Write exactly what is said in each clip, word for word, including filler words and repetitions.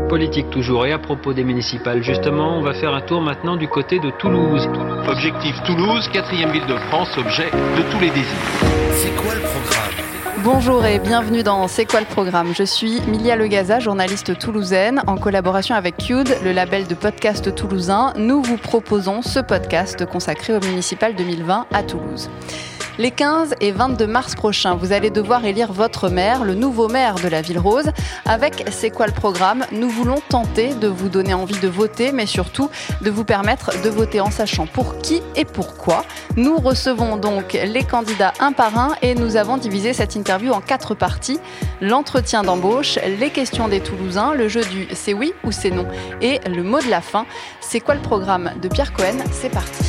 Politique toujours, et à propos des municipales, justement, on va faire un tour maintenant du côté de Toulouse. Objectif Toulouse, quatrième ville de France, objet de tous les désirs. C'est quoi le programme ? Bonjour et bienvenue dans C'est quoi le programme ? Je suis Milia Legaza, journaliste toulousaine. En collaboration avec Q D, le label de podcast toulousain, nous vous proposons ce podcast consacré au municipal deux mille vingt à Toulouse. Les quinze et vingt-deux mars prochains, vous allez devoir élire votre maire, le nouveau maire de la Ville Rose. Avec C'est quoi le programme ? Nous voulons tenter de vous donner envie de voter, mais surtout de vous permettre de voter en sachant pour qui et pourquoi. Nous recevons donc les candidats un par un et nous avons divisé cette interview en quatre parties. L'entretien d'embauche, les questions des Toulousains, le jeu du c'est oui ou c'est non et le mot de la fin. C'est quoi le programme de Pierre Cohen ? C'est parti.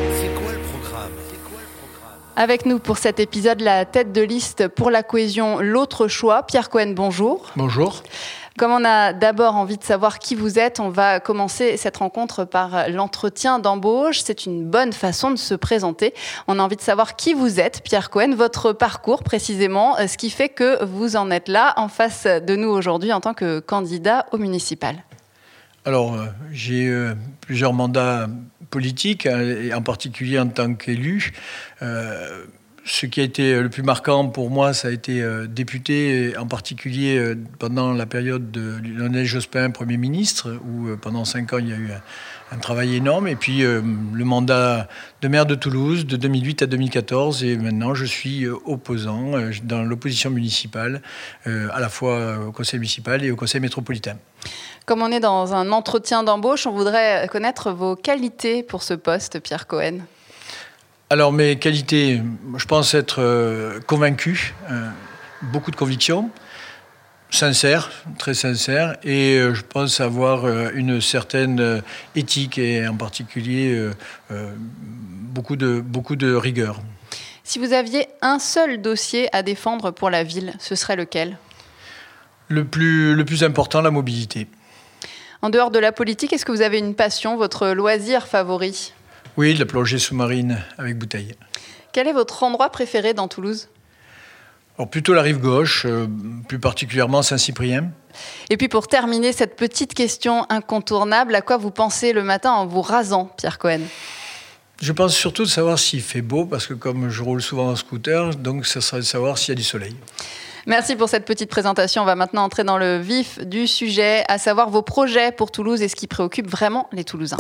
Avec nous pour cet épisode, la tête de liste pour la cohésion L'autre choix, Pierre Cohen, bonjour. Bonjour. Comme on a d'abord envie de savoir qui vous êtes, on va commencer cette rencontre par l'entretien d'embauche. C'est une bonne façon de se présenter. On a envie de savoir qui vous êtes, Pierre Cohen, votre parcours précisément, ce qui fait que vous en êtes là en face de nous aujourd'hui en tant que candidat au municipal. Alors, euh, j'ai euh, plusieurs mandats politiques, hein, et en particulier en tant qu'élu. Euh, ce qui a été le plus marquant pour moi, ça a été euh, député, en particulier euh, pendant la période de Lionel Jospin, Premier ministre, où euh, pendant cinq ans, il y a eu un, un travail énorme. Et puis, euh, le mandat de maire de Toulouse, de deux mille huit à deux mille quatorze. Et maintenant, je suis euh, opposant euh, dans l'opposition municipale, euh, à la fois au conseil municipal et au conseil métropolitain. Comme on est dans un entretien d'embauche, on voudrait connaître vos qualités pour ce poste, Pierre Cohen. Alors, mes qualités, je pense être euh, convaincu, euh, beaucoup de conviction, sincère, très sincère, et euh, je pense avoir euh, une certaine euh, éthique et en particulier euh, euh, beaucoup de, beaucoup de rigueur. Si vous aviez un seul dossier à défendre pour la ville, ce serait lequel ? Le plus, le plus important, la mobilité. En dehors de la politique, est-ce que vous avez une passion, votre loisir favori ? Oui, de la plongée sous-marine avec bouteille. Quel est votre endroit préféré dans Toulouse ? Alors plutôt la rive gauche, euh, plus particulièrement Saint-Cyprien. Et puis pour terminer cette petite question incontournable, à quoi vous pensez le matin en vous rasant, Pierre Cohen ? Je pense surtout de savoir s'il fait beau, parce que comme je roule souvent en scooter, donc ça serait de savoir s'il y a du soleil. Merci pour cette petite présentation. On va maintenant entrer dans le vif du sujet, à savoir vos projets pour Toulouse et ce qui préoccupe vraiment les Toulousains.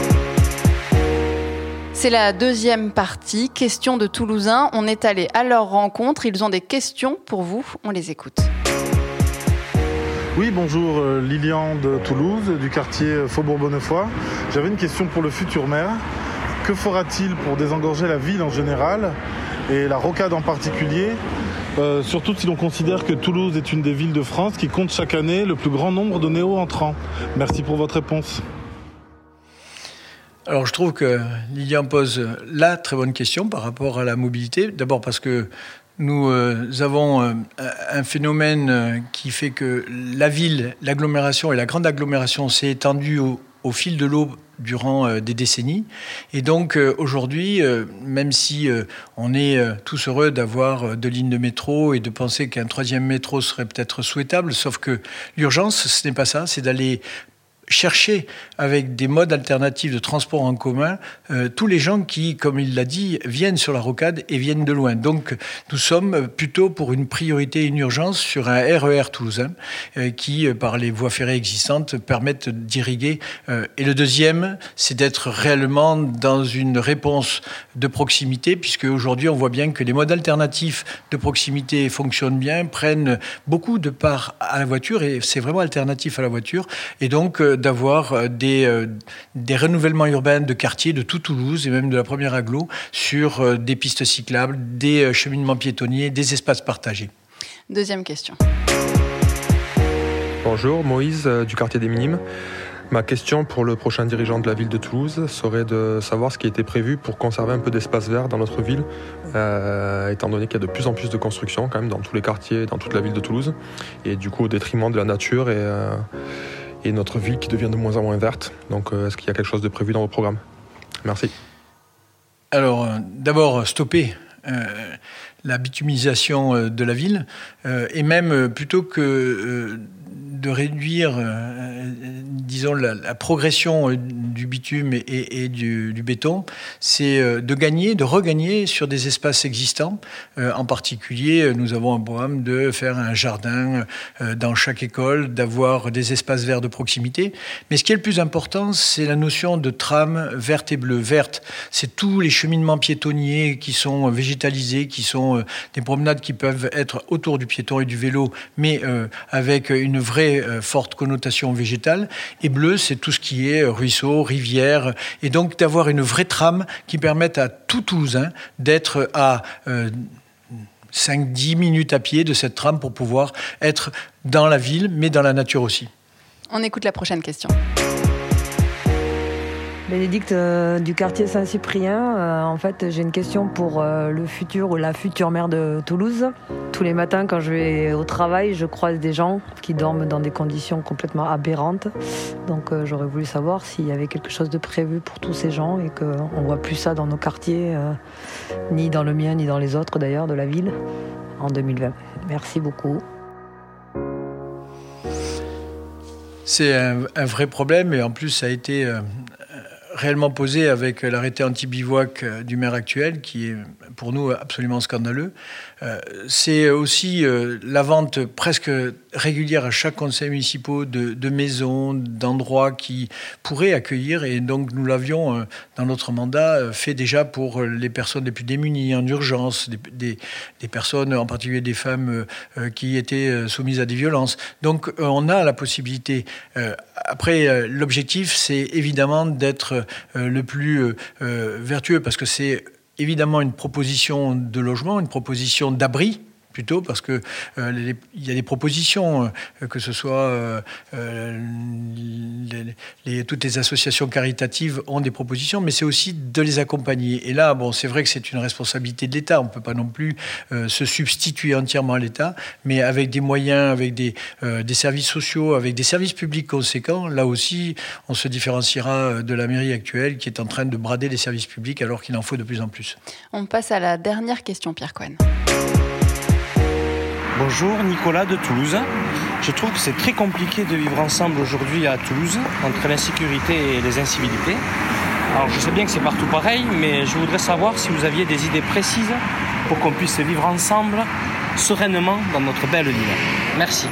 C'est la deuxième partie, questions de Toulousains. On est allé à leur rencontre. Ils ont des questions pour vous. On les écoute. Oui, bonjour, euh, Lilian de Toulouse, du quartier Faubourg-Bonnefoy. J'avais une question pour le futur maire. Que fera-t-il pour désengorger la ville en général et la rocade en particulier ? Euh, surtout si l'on considère que Toulouse est une des villes de France qui compte chaque année le plus grand nombre de néo-entrants. Merci pour votre réponse. Alors je trouve que Lilian pose la très bonne question par rapport à la mobilité. D'abord parce que nous euh, avons euh, un phénomène qui fait que la ville, l'agglomération et la grande agglomération s'est étendue au, au fil de l'eau durant euh, des décennies. Et donc euh, aujourd'hui, euh, même si euh, on est euh, tous heureux d'avoir euh, deux lignes de métro et de penser qu'un troisième métro serait peut-être souhaitable, sauf que l'urgence, ce n'est pas ça, c'est d'aller chercher avec des modes alternatifs de transport en commun euh, tous les gens qui, comme il l'a dit, viennent sur la rocade et viennent de loin. Donc nous sommes plutôt pour une priorité et une urgence sur un R E R toulousain euh, qui, euh, par les voies ferrées existantes, permettent d'irriguer. Euh, et le deuxième, c'est d'être réellement dans une réponse de proximité, puisque aujourd'hui on voit bien que les modes alternatifs de proximité fonctionnent bien, prennent beaucoup de part à la voiture, et c'est vraiment alternatif à la voiture. Et donc euh, d'avoir des, euh, des renouvellements urbains de quartiers de tout Toulouse et même de la première agglo sur euh, des pistes cyclables, des euh, cheminements piétonniers, des espaces partagés. Deuxième question. Bonjour, Moïse euh, du quartier des Minimes. Ma question pour le prochain dirigeant de la ville de Toulouse serait de savoir ce qui a été prévu pour conserver un peu d'espace vert dans notre ville, euh, étant donné qu'il y a de plus en plus de constructions quand même dans tous les quartiers, dans toute la ville de Toulouse, et du coup au détriment de la nature et... Euh, et notre ville qui devient de moins en moins verte. Donc, euh, est-ce qu'il y a quelque chose de prévu dans vos programmes ? Merci. Alors, euh, d'abord, stopper euh, la bitumisation euh, de la ville, euh, et même, euh, plutôt que euh, de réduire euh, disons, la, la progression du bitume et, et, et du, du béton, c'est de gagner, de regagner sur des espaces existants. Euh, en particulier, nous avons un programme de faire un jardin euh, dans chaque école, d'avoir des espaces verts de proximité. Mais ce qui est le plus important, c'est la notion de trame verte et bleue. Verte, c'est tous les cheminements piétonniers qui sont végétalisés, qui sont euh, des promenades qui peuvent être autour du piéton et du vélo, mais euh, avec une vraie euh, forte connotation végétale. Et bleu, c'est tout ce qui est ruisseaux, rivières, et donc d'avoir une vraie trame qui permette à tout Toulousain d'être à euh, cinq à dix minutes à pied de cette trame pour pouvoir être dans la ville, mais dans la nature aussi. On écoute la prochaine question. Bénédicte euh, du quartier Saint-Cyprien. Euh, en fait, j'ai une question pour euh, le futur ou la future maire de Toulouse. Tous les matins, quand je vais au travail, je croise des gens qui dorment dans des conditions complètement aberrantes. Donc, euh, j'aurais voulu savoir s'il y avait quelque chose de prévu pour tous ces gens et qu'on ne voit plus ça dans nos quartiers, euh, ni dans le mien, ni dans les autres d'ailleurs de la ville, en deux mille vingt. Merci beaucoup. C'est un, un vrai problème et en plus, ça a été... Euh, réellement posé avec l'arrêté anti-bivouac du maire actuel, qui est pour nous absolument scandaleux. Euh, c'est aussi euh, la vente presque régulière à chaque conseil municipal de, de maisons, d'endroits qui pourraient accueillir, et donc nous l'avions, euh, dans notre mandat, fait déjà pour les personnes les plus démunies, en urgence, des, des, des personnes, en particulier des femmes euh, qui étaient soumises à des violences. Donc euh, on a la possibilité. Euh, après, euh, l'objectif, c'est évidemment d'être euh, le plus euh, vertueux, parce que c'est évidemment une proposition de logement, une proposition d'abri, plutôt, parce qu'il euh, y a des propositions, euh, que ce soit euh, les, les, toutes les associations caritatives ont des propositions, mais c'est aussi de les accompagner. Et là, bon, c'est vrai que c'est une responsabilité de l'État. On ne peut pas non plus euh, se substituer entièrement à l'État, mais avec des moyens, avec des, euh, des services sociaux, avec des services publics conséquents, là aussi, on se différenciera de la mairie actuelle qui est en train de brader les services publics alors qu'il en faut de plus en plus. On passe à la dernière question, Pierre Cohen. Bonjour, Nicolas de Toulouse. Je trouve que c'est très compliqué de vivre ensemble aujourd'hui à Toulouse, entre l'insécurité et les incivilités. Alors je sais bien que c'est partout pareil, mais je voudrais savoir si vous aviez des idées précises pour qu'on puisse vivre ensemble, sereinement, dans notre belle ville. Merci.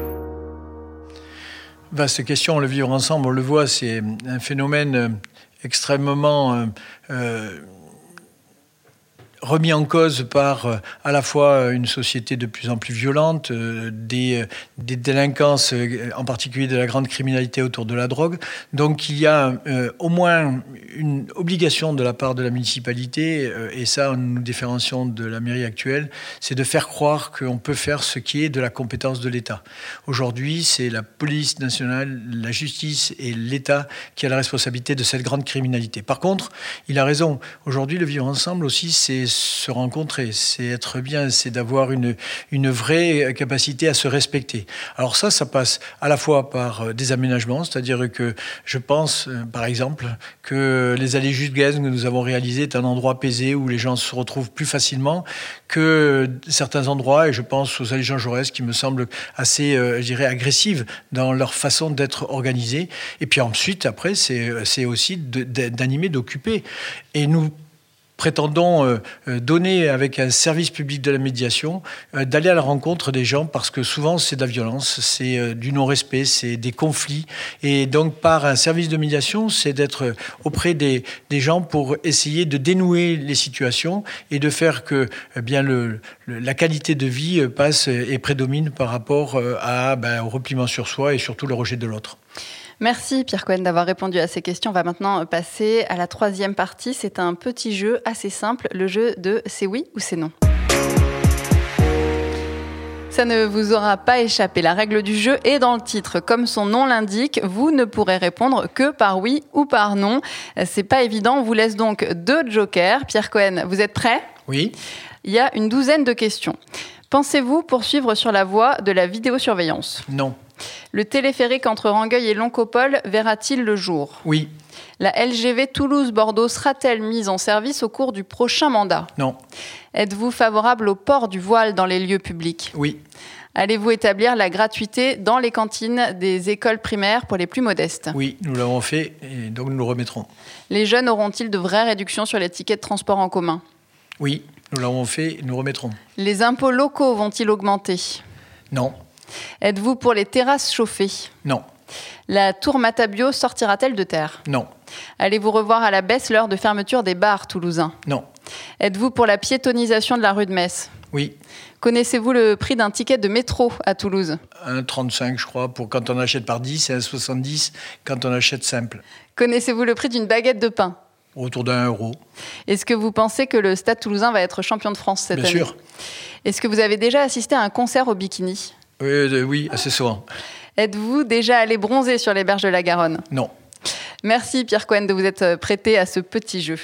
Vaste question, le vivre ensemble, on le voit, c'est un phénomène extrêmement... Euh, euh, remis en cause par euh, à la fois une société de plus en plus violente, euh, des, des délinquances, euh, en particulier de la grande criminalité autour de la drogue. Donc il y a euh, au moins une obligation de la part de la municipalité, euh, et ça nous nous différencions de la mairie actuelle, c'est de faire croire qu'on peut faire ce qui est de la compétence de l'État. Aujourd'hui, c'est la police nationale, la justice et l'État qui a la responsabilité de cette grande criminalité. Par contre, il a raison. Aujourd'hui, le vivre ensemble aussi, c'est se rencontrer, c'est être bien, c'est d'avoir une, une vraie capacité à se respecter. Alors ça, ça passe à la fois par des aménagements, c'est-à-dire que je pense, par exemple, que les allées Jules-Guesne que nous avons réalisées est un endroit apaisé où les gens se retrouvent plus facilement que certains endroits, et je pense aux allées Jean Jaurès qui me semblent assez, euh, je dirais, agressives dans leur façon d'être organisées. Et puis ensuite, après, c'est, c'est aussi de, de, d'animer, d'occuper. Et nous prétendons euh, donner avec un service public de la médiation, euh, d'aller à la rencontre des gens, parce que souvent c'est de la violence, c'est euh, du non-respect, c'est des conflits. Et donc par un service de médiation, c'est d'être auprès des, des gens pour essayer de dénouer les situations et de faire que eh bien, le, le, la qualité de vie passe et prédomine par rapport à, ben, au repliement sur soi et surtout le rejet de l'autre. Merci Pierre Cohen d'avoir répondu à ces questions. On va maintenant passer à la troisième partie. C'est un petit jeu assez simple, le jeu de c'est oui ou c'est non. Ça ne vous aura pas échappé. La règle du jeu est dans le titre. Comme son nom l'indique, vous ne pourrez répondre que par oui ou par non. C'est pas évident. On vous laisse donc deux jokers. Pierre Cohen, vous êtes prêt ? Oui. Il y a une douzaine de questions. Pensez-vous poursuivre sur la voie de la vidéosurveillance ? Non. Le téléphérique entre Rangueil et Loncopole verra-t-il le jour ? Oui. La L G V Toulouse-Bordeaux sera-t-elle mise en service au cours du prochain mandat ? Non. Êtes-vous favorable au port du voile dans les lieux publics ? Oui. Allez-vous établir la gratuité dans les cantines des écoles primaires pour les plus modestes ? Oui, nous l'avons fait et donc nous le remettrons. Les jeunes auront-ils de vraies réductions sur les tickets de transport en commun ? Oui, nous l'avons fait et nous remettrons. Les impôts locaux vont-ils augmenter ? Non. Êtes-vous pour les terrasses chauffées ? Non. La tour Matabio sortira-t-elle de terre ? Non. Allez-vous revoir à la baisse l'heure de fermeture des bars toulousains ? Non. Êtes-vous pour la piétonisation de la rue de Metz ? Oui. Connaissez-vous le prix d'un ticket de métro à Toulouse ? un virgule trente-cinq, je crois, pour quand on achète par dix et un virgule soixante-dix quand on achète simple. Connaissez-vous le prix d'une baguette de pain ? Autour d'un euro. Est-ce que vous pensez que le Stade Toulousain va être champion de France cette Bien année ? Bien sûr. Est-ce que vous avez déjà assisté à un concert au bikini ? euh, Oui, assez souvent. Êtes-vous déjà allé bronzer sur les berges de la Garonne ? Non. Merci Pierre Cohen de vous être prêté à ce petit jeu.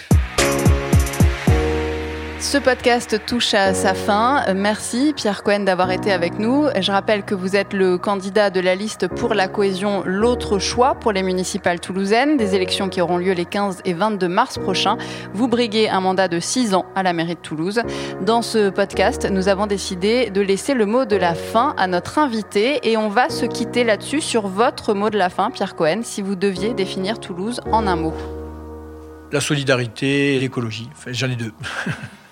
Ce podcast touche à sa fin. Merci Pierre Cohen d'avoir été avec nous. Je rappelle que vous êtes le candidat de la liste pour la cohésion L'autre choix pour les municipales toulousaines, des élections qui auront lieu les quinze et vingt-deux mars prochains. Vous briguez un mandat de six ans à la mairie de Toulouse. Dans ce podcast, nous avons décidé de laisser le mot de la fin à notre invité et on va se quitter là-dessus sur votre mot de la fin, Pierre Cohen, si vous deviez définir Toulouse en un mot. La solidarité et l'écologie. Enfin, j'en ai deux.